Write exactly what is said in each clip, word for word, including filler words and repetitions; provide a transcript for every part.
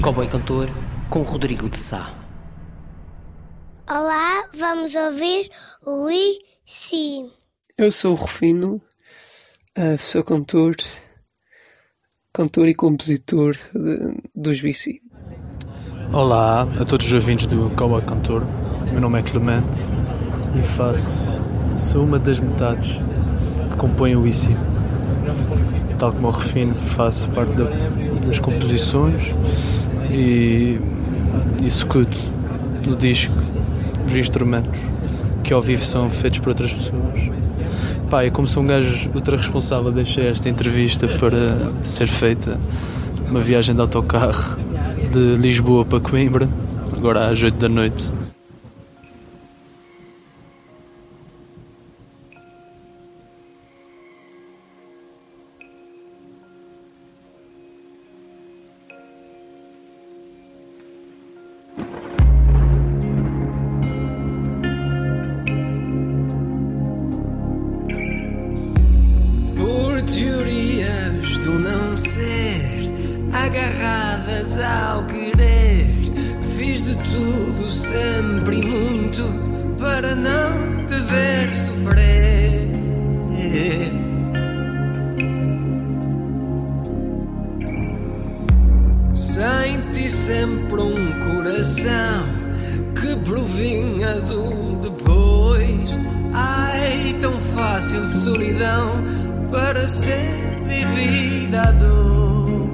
Cowboy Cantor com Rodrigo de Sá. Olá, vamos ouvir o I C I. Eu sou o Rufino, uh, sou cantor, cantor e compositor de, dos B C. Olá a todos os ouvintes do Cowboy Cantor, meu nome é Clemente e faço, sou uma das metades que compõem o I C I. Tal como o Rufino, faço parte da, das composições e, e executo no disco os instrumentos que ao vivo são feitos por outras pessoas. Pá, e como sou um gajo ultra responsável, deixei esta entrevista para ser feita uma viagem de autocarro de Lisboa para Coimbra, agora às oito da noite. Teorias do não ser, agarradas ao querer, fiz de tudo sempre e muito para não te ver sofrer. Senti sempre um coração que provinha do depois. Ai, tão fácil solidão para ser vivida a dois.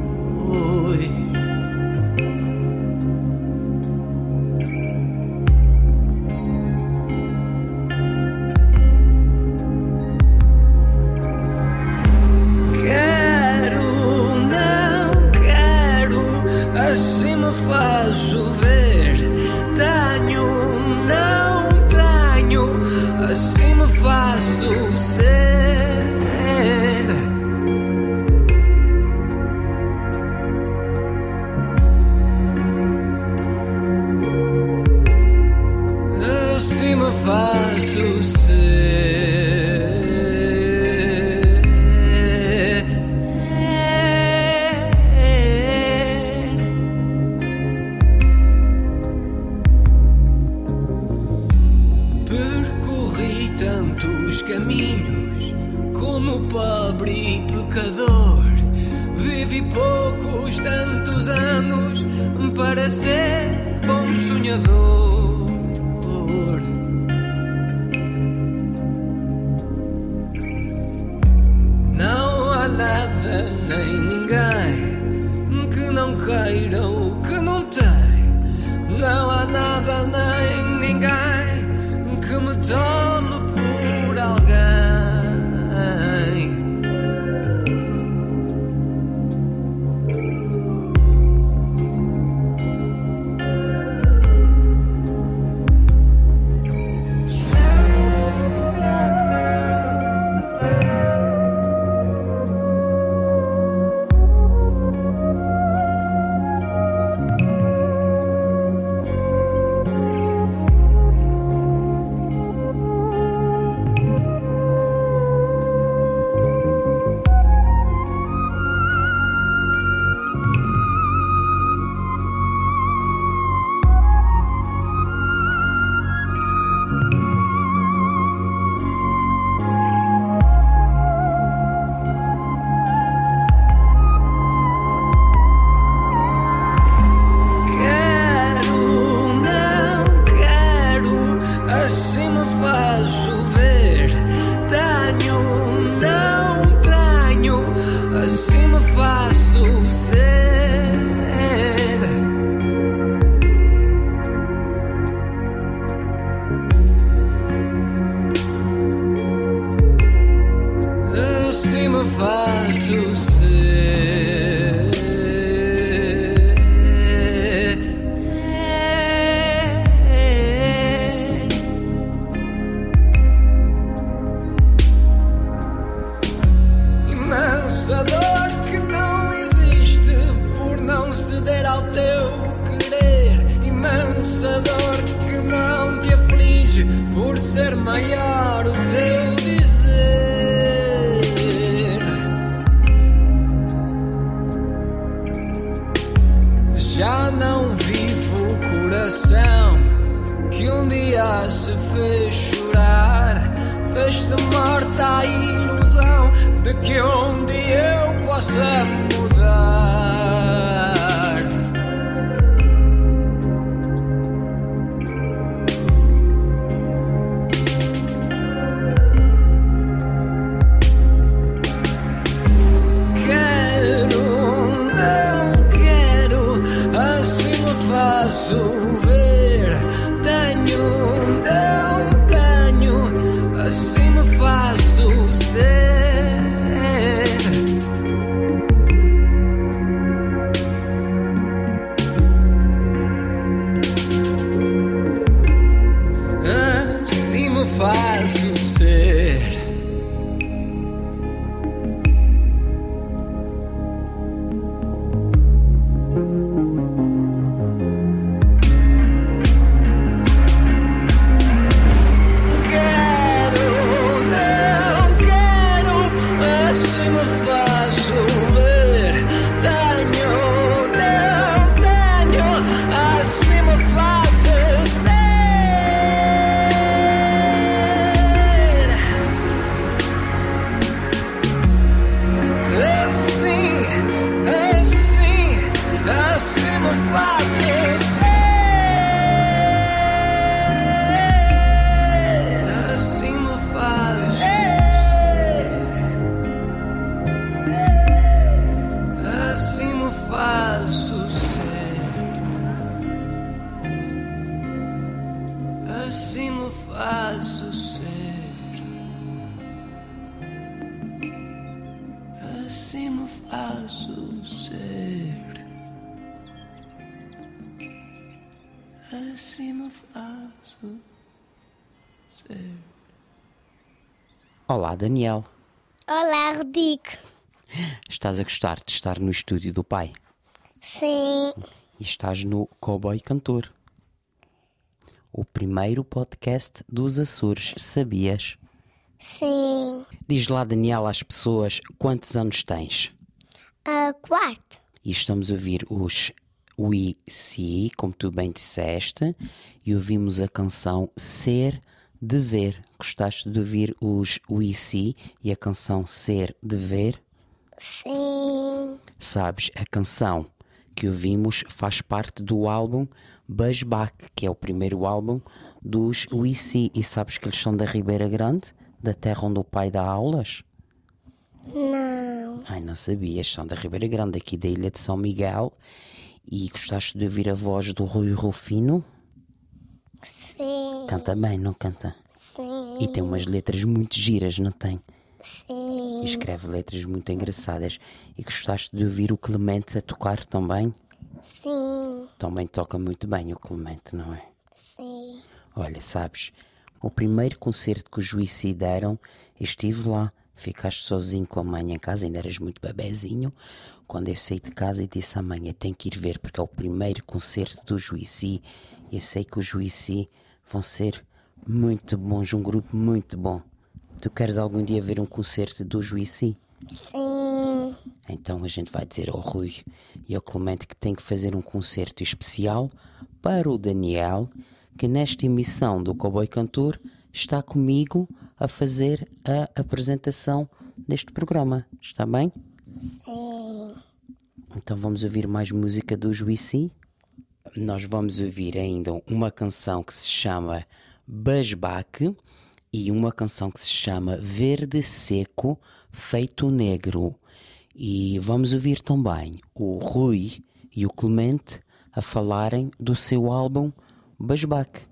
Quero, não quero, assim me faz chover. Tenho, não tenho, assim me faço ser. Assim me faço ser. Percorri tantos caminhos como pobre e pecador. Vivi poucos, tantos anos para ser bom sonhador. Não há nada nem ninguém que não queira o que não tem. Não há nada nem ninguém que me tome por alguém. Faço ser. Imensa dor que não existe por não ceder ao teu querer. Imensa dor que não te aflige por ser maior o teu dizer. Já não vivo o coração que um dia se fez chorar. Fez-te morta a ilusão de que um dia eu possa mudar. Faço ver, tenho, não tenho, assim me faço ser. Assim me faço ser. Assim me faço ser. Assim me faço ser. Assim me faço ser. Olá, Daniel. Olá, Rodrigo. Estás a gostar de estar no estúdio do pai? Sim. E estás no Cowboy Cantor, o primeiro podcast dos Açores, sabias? Sim. Diz lá, Daniel, às pessoas quantos anos tens? A quarto. E estamos a ouvir os We See, como tu bem disseste, e ouvimos a canção Ser Dever. Gostaste de ouvir os We See e a canção Ser Dever? Sim. Sabes, a canção que ouvimos faz parte do álbum Bushback, que é o primeiro álbum dos We See. E sabes que eles são da Ribeira Grande, da terra onde o pai dá aulas? Não. Ai, não sabias, são da Ribeira Grande, aqui da ilha de São Miguel. E gostaste de ouvir a voz do Rui Rufino? Sim. Canta bem, não canta? Sim. E tem umas letras muito giras, não tem? Sim. E escreve letras muito engraçadas. E gostaste de ouvir o Clemente a tocar também? Sim. Também toca muito bem o Clemente, não é? Sim. Olha, sabes, o primeiro concerto que os We See deram, eu estive lá. Ficaste sozinho com a mãe em casa, ainda eras muito bebezinho. Quando eu saí de casa e disse à mãe, eu tenho que ir ver, porque é o primeiro concerto dos We See. Eu sei que os We See vão ser muito bons, um grupo muito bom. Tu queres algum dia ver um concerto dos We See? Sim. Então a gente vai dizer ao Rui e ao Clemente que tem que fazer um concerto especial para o Daniel, que nesta emissão do Cowboy Cantor está comigo a fazer a apresentação deste programa. Está bem? Sim. Então vamos ouvir mais música dos We See. Nós vamos ouvir ainda uma canção que se chama Bushback e uma canção que se chama Verde Seco Feito Negro. E vamos ouvir também o Rui e o Clemente a falarem do seu álbum Bushback.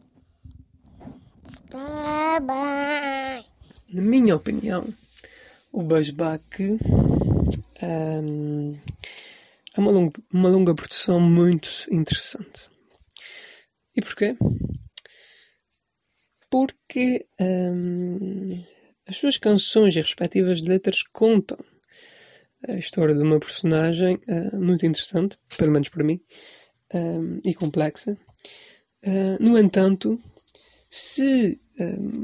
Tá bem. Na minha opinião, o Bushback um, é uma longa, uma longa produção muito interessante. E porquê? Porque um, as suas canções e respectivas letras contam a história de uma personagem uh, muito interessante, pelo menos para mim, um, e complexa. Uh, no entanto, se um,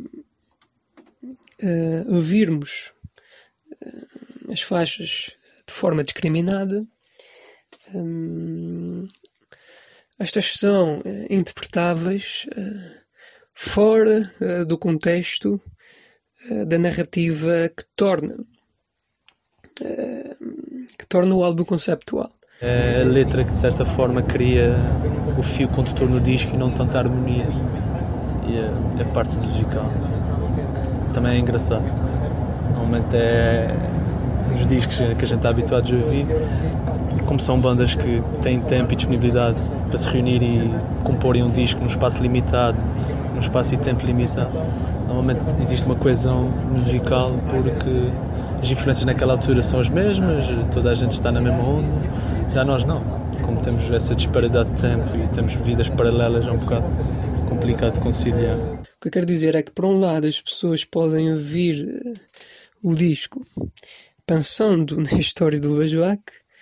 uh, ouvirmos uh, as faixas de forma discriminada, um, estas são uh, interpretáveis uh, fora uh, do contexto uh, da narrativa que torna, uh, que torna o álbum conceptual. É a letra que de certa forma cria o fio condutor no disco e não tanto a harmonia e a, a parte musical, que também é engraçado. Normalmente é os discos que a gente está habituado a ouvir, como são bandas que têm tempo e disponibilidade para se reunir e comporem um disco num espaço limitado, num espaço e tempo limitado. Normalmente existe uma coesão musical porque as influências naquela altura são as mesmas, toda a gente está na mesma onda. Já nós não, como temos essa disparidade de tempo e temos vidas paralelas, é um bocado complicado de conciliar. O que eu quero dizer é que, por um lado, as pessoas podem ouvir uh, o disco pensando na história do Bajoac,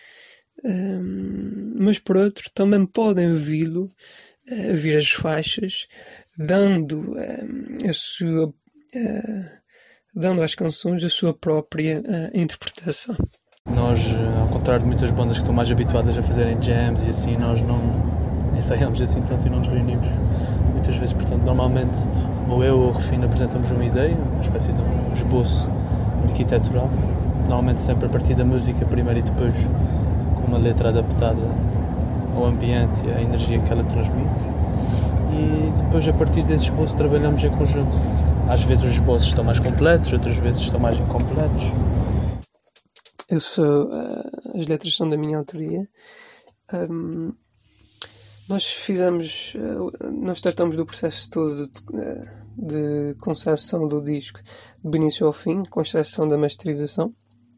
um, mas por outro também podem ouvi-lo, uh, ouvir as faixas, dando uh, a sua uh, dando às canções a sua própria uh, interpretação. Nós, ao contrário de muitas bandas que estão mais habituadas a fazerem jams e assim, nós não ensaiamos assim tanto e não nos reunimos muitas vezes. Portanto, normalmente ou eu ou o Rufino apresentamos uma ideia, uma espécie de um esboço arquitetural, normalmente sempre a partir da música primeiro e depois com uma letra adaptada ao ambiente e à energia que ela transmite, e depois a partir desse esboço trabalhamos em conjunto. Às vezes os esboços estão mais completos, outras vezes estão mais incompletos. Eu sou, uh, as letras são da minha autoria. Um, nós fizemos, uh, nós tratamos do processo todo de, uh, de concepção do disco, do início ao fim, com exceção da masterização.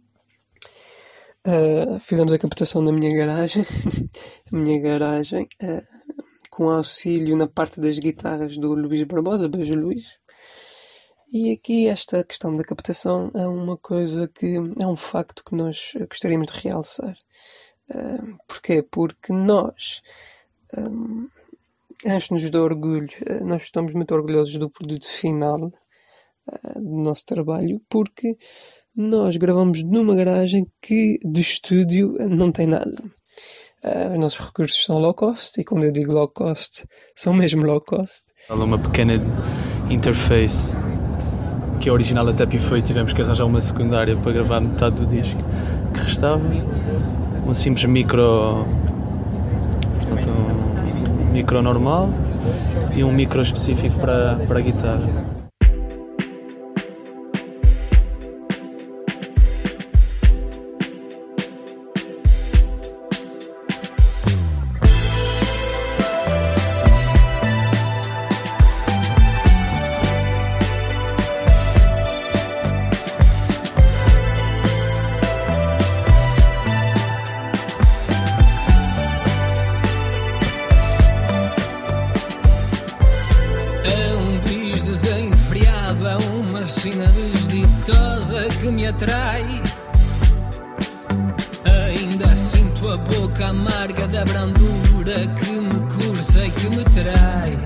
Uh, fizemos a captação na minha garagem, a minha garagem, uh, com auxílio na parte das guitarras do Luís Barbosa, beijo Luís. E aqui esta questão da captação é uma coisa que é um facto que nós gostaríamos de realçar. Uh, porquê? Porque nós, um, enche-nos de orgulho, uh, nós estamos muito orgulhosos do produto final uh, do nosso trabalho, porque nós gravamos numa garagem que de estúdio não tem nada. Uh, os nossos recursos são low cost, e quando eu digo low cost, são mesmo low cost. Há uma pequena interface que é original até pifou e tivemos que arranjar uma secundária para gravar metade do disco que restava, um simples micro, portanto um micro normal e um micro específico para, para a guitarra. Que me atrai, ainda sinto a boca amarga da brandura que me cursa e que me trai.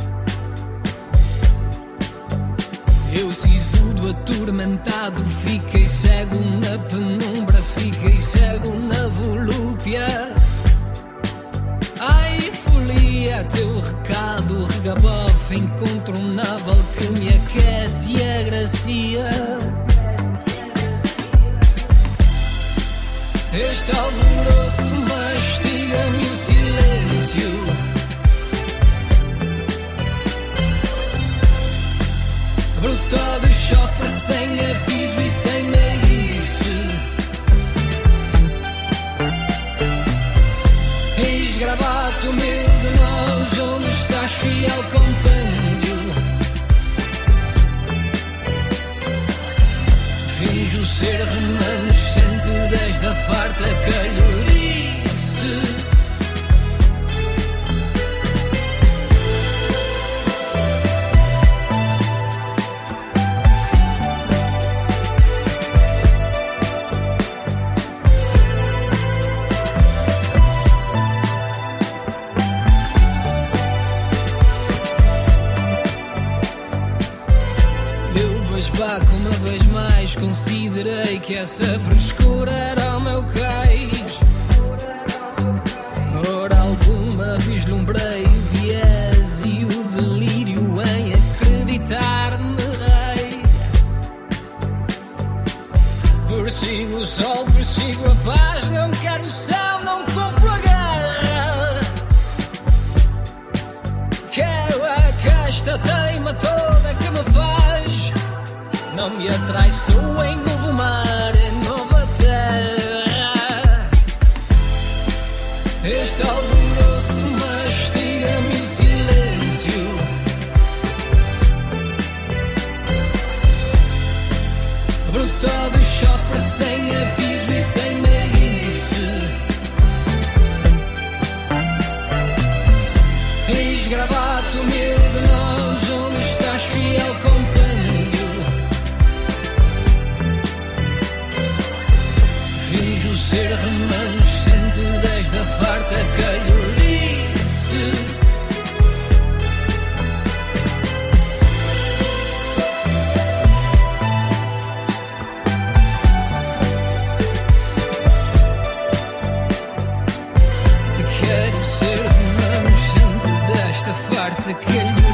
Eu sisudo atormentado, fiquei cego na penumbra, fiquei cego na volúpia. Ai, folia, teu recado regabofa incontornável que me aquece e agracia. Este alvoroço mastiga-me o silêncio. Brotó de chofre sem aviso e sem meiguice. Ex-gravato meu de nós, onde estás fiel compêndio? Finjo ser remanescente desta farta calhorice. Uma vez mais considerei que essa frescura era o meu cais. Ora alguma vislumbrei o viés e o delírio em acreditar-me rei. Persigo o sol, persigo a paz, não quero o céu, não compro a guerra. Quero a casta teima toda que me faz. Não me atraiçoe em novo mar, em nova terra. Este alvoroço mastiga-me o silêncio. Brotou de chofre sem aviso e sem meiguice. Ex-gravato humilde de nós, onde estás fiel compêndio. Finjo ser remanescente desta farta calhorice. Quero ser remanescente desta farta calhorice.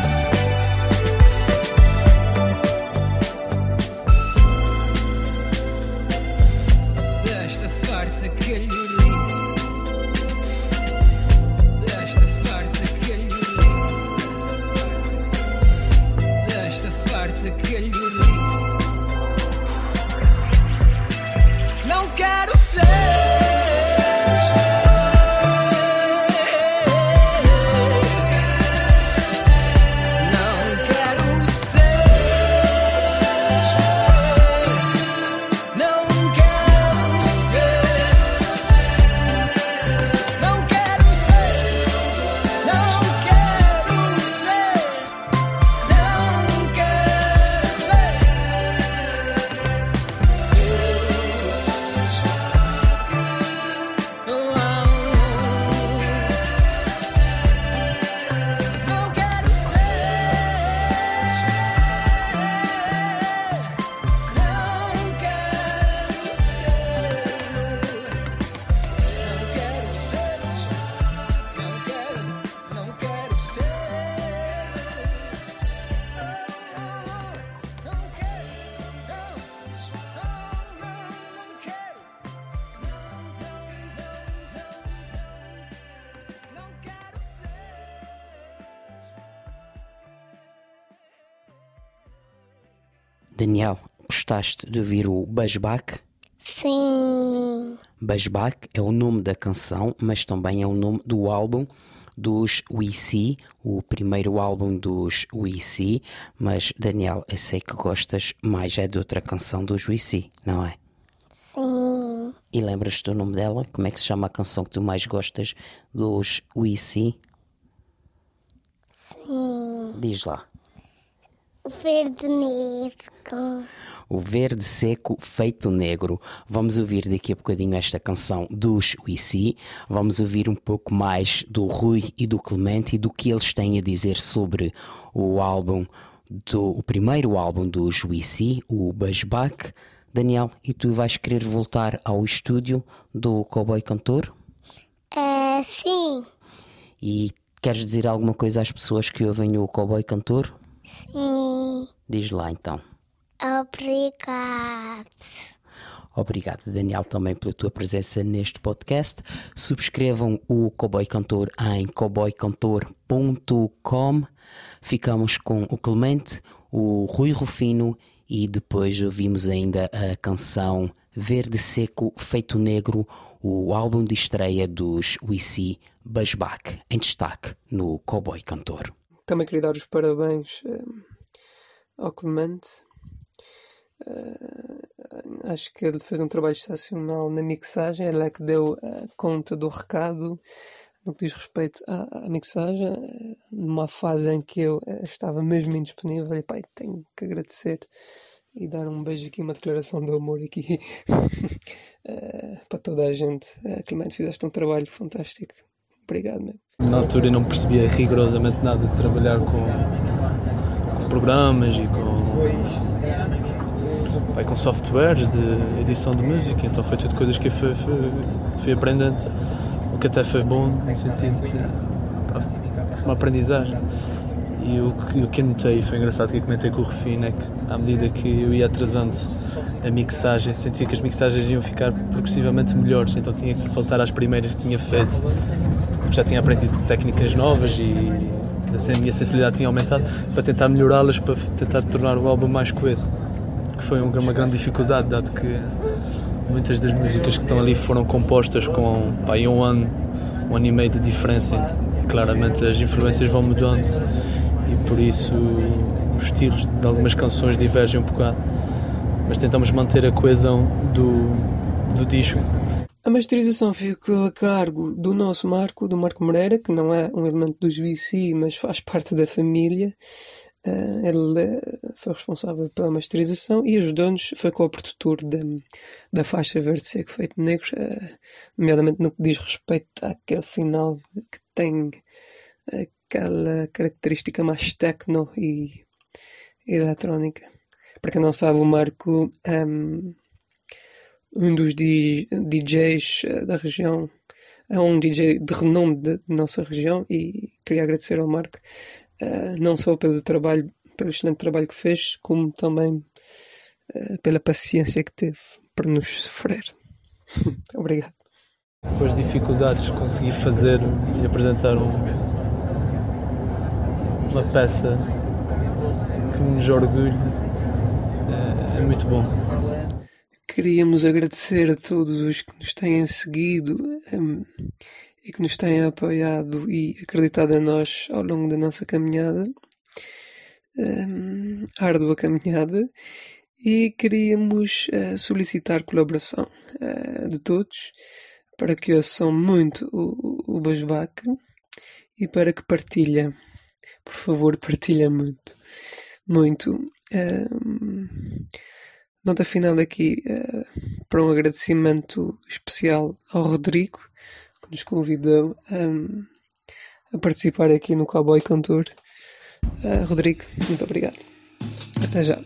Desta farta calhorice. Desta farta calhorice. Desta farta calhorice. Não quero ser. Daniel, gostaste de ouvir o Bushback? Sim. Bushback é o nome da canção, mas também é o nome do álbum dos We See, o primeiro álbum dos We See. Mas, Daniel, eu sei que gostas mais é de outra canção dos We See, não é? Sim. E lembras-te do nome dela? Como é que se chama a canção que tu mais gostas dos We See? Sim. Diz lá. O verde negro. O verde seco feito negro. Vamos ouvir daqui a bocadinho esta canção dos We See. Vamos ouvir um pouco mais do Rui e do Clemente e do que eles têm a dizer sobre o álbum, do, o primeiro álbum dos We See, o Bushback. Daniel, e tu vais querer voltar ao estúdio do Cowboy Cantor? É, sim. E queres dizer alguma coisa às pessoas que ouvem o Cowboy Cantor? Sim. Diz lá então. Obrigado. Obrigado, Daniel, também pela tua presença neste podcast. Subscrevam o Cowboy Cantor em cowboy cantor ponto com. Ficamos com o Clemente, o Rui Rufino e depois ouvimos ainda a canção Verde Seco Feito Negro, o álbum de estreia dos We See, Bushback, em destaque no Cowboy Cantor. Também queria dar os parabéns uh, ao Clemente. Uh, acho que ele fez um trabalho excepcional na mixagem. Ele é que deu uh, conta do recado no que diz respeito à, à mixagem, uh, numa fase em que eu uh, estava mesmo indisponível. E pai, tenho que agradecer e dar um beijo aqui, uma declaração de amor aqui uh, para toda a gente. Uh, Clemente, fizeste um trabalho fantástico. Obrigado mesmo. Na altura eu não percebia rigorosamente nada de trabalhar com, com programas e com, vai, com softwares de edição de música, então foi tudo coisas que eu fui, fui, fui aprendendo. O que até foi bom no sentido de pá, uma aprendizagem. E o que, o que anotei, foi engraçado que eu comentei com o Rufino, é que à medida que eu ia atrasando a mixagem, sentia que as mixagens iam ficar progressivamente melhores, então tinha que voltar às primeiras que tinha feito, porque já tinha aprendido técnicas novas e a minha sensibilidade tinha aumentado, para tentar melhorá-las, para tentar tornar o álbum mais coeso, que foi uma grande dificuldade, dado que muitas das músicas que estão ali foram compostas com pá, um ano, um ano e meio de diferença, então, claramente as influências vão mudando e por isso os estilos de algumas canções divergem um bocado, mas tentamos manter a coesão do, do disco. A masterização ficou a cargo do nosso Marco, do Marco Moreira, que não é um elemento dos U I C, mas faz parte da família. Uh, ele foi responsável pela masterização e ajudou-nos, foi co-produtor da, da faixa Verde Seco Feito de Negros, uh, nomeadamente no que diz respeito àquele final que tem aquela característica mais techno e eletrónica. Para quem não sabe, o Marco um, um dos D Js da região, é um D J de renome da nossa região e queria agradecer ao Marco Uh, não só pelo trabalho, pelo excelente trabalho que fez, como também uh, pela paciência que teve para nos sofrer. Obrigado. Com as dificuldades, consegui fazer e apresentar um, uma peça que nos orgulha, é, é muito bom. Queríamos agradecer a todos os que nos têm seguido um, e que nos têm apoiado e acreditado em nós ao longo da nossa caminhada, um, árdua caminhada, e queríamos uh, solicitar colaboração uh, de todos para que ouçam muito o, o Basbaque e para que partilhem, por favor, partilhem muito, muito. Um, nota final aqui uh, para um agradecimento especial ao Rodrigo, nos convidou um, a participar aqui no Cowboy Cantor. Uh, Rodrigo, muito obrigado. Até já.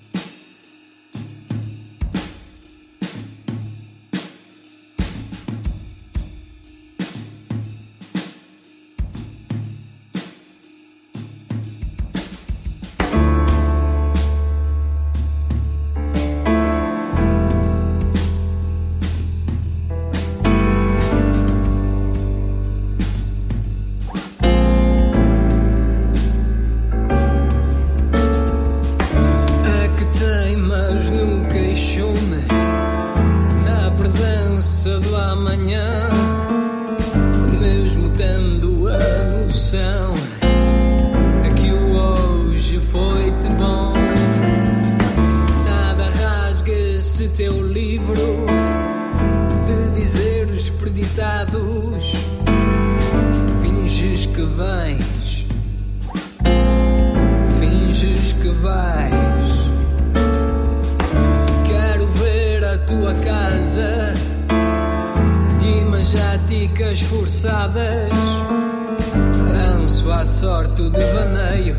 Esforçadas, lanço à sorte o devaneio,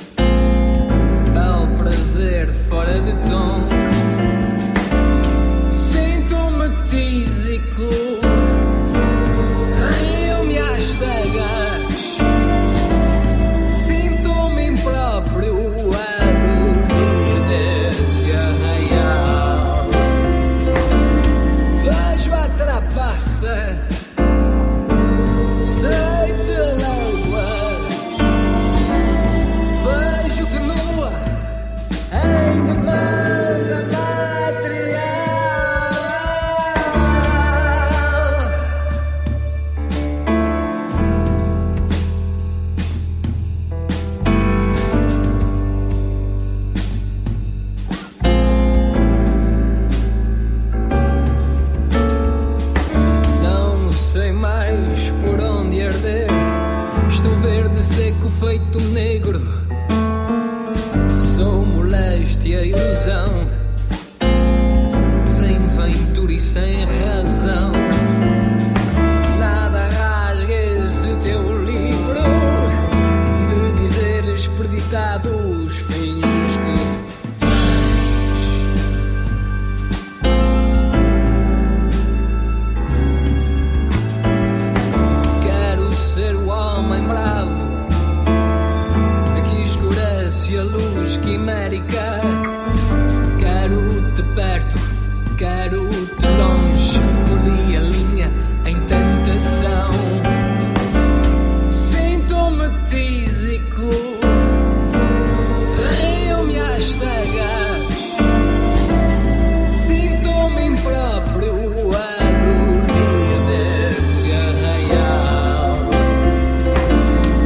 ao prazer fora de tom. Sinto-me tísico, rio-me às cegas, sinto-me impróprio a dormir desse arraial. Vejo a trapaça, feito negro, sou moléstia e ilusão, sem ventura e sem razão. Nada rasga esse teu livro de dizeres preditados, finges que lembrado. Aqui escurece a luz quimérica. Quero-te perto, quero-te longe. Mordi a linha em tentação. Sinto-me tísico, leio-me às cegas. Sinto-me impróprio a dormir nesse arraial.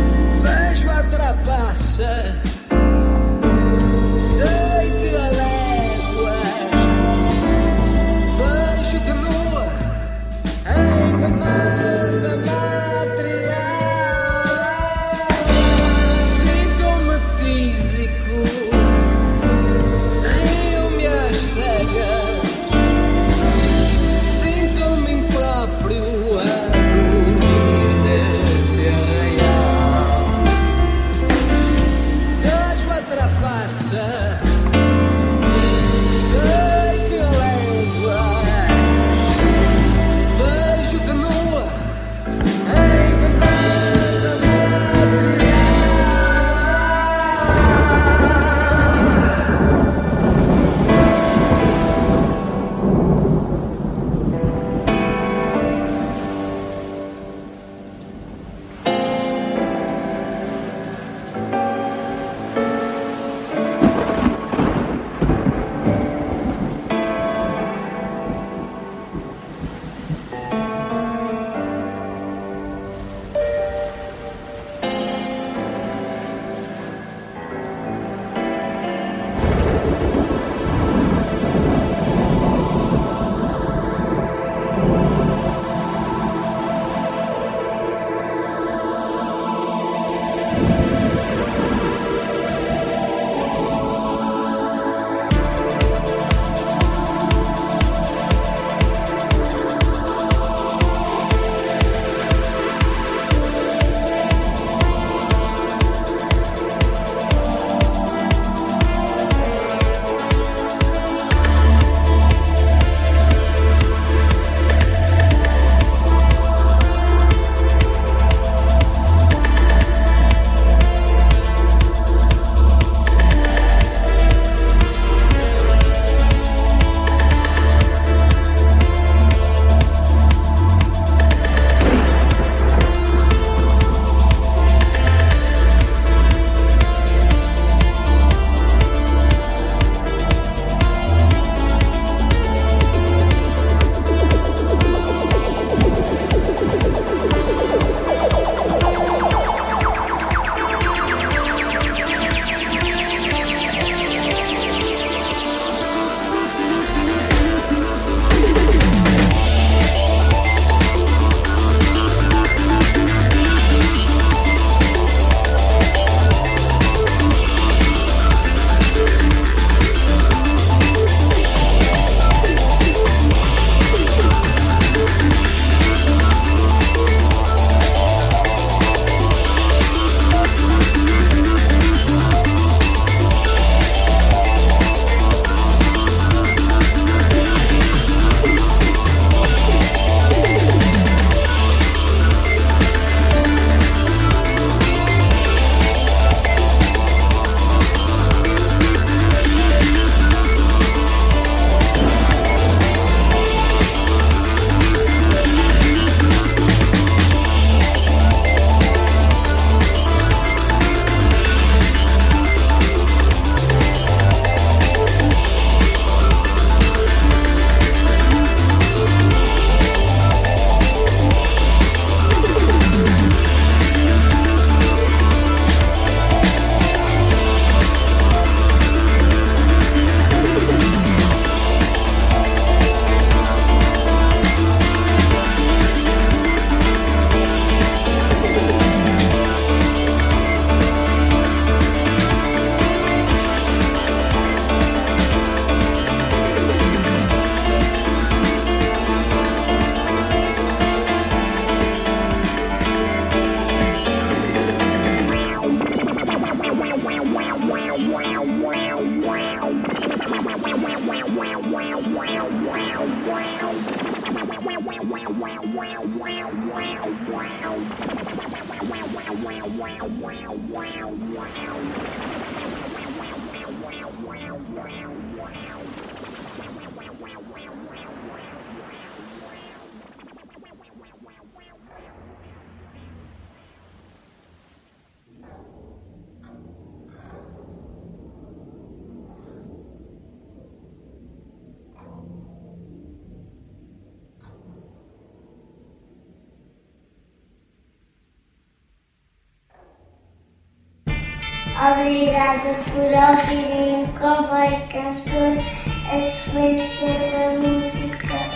Obrigada por ouvirem o Comboio Cantor, a excelência da música.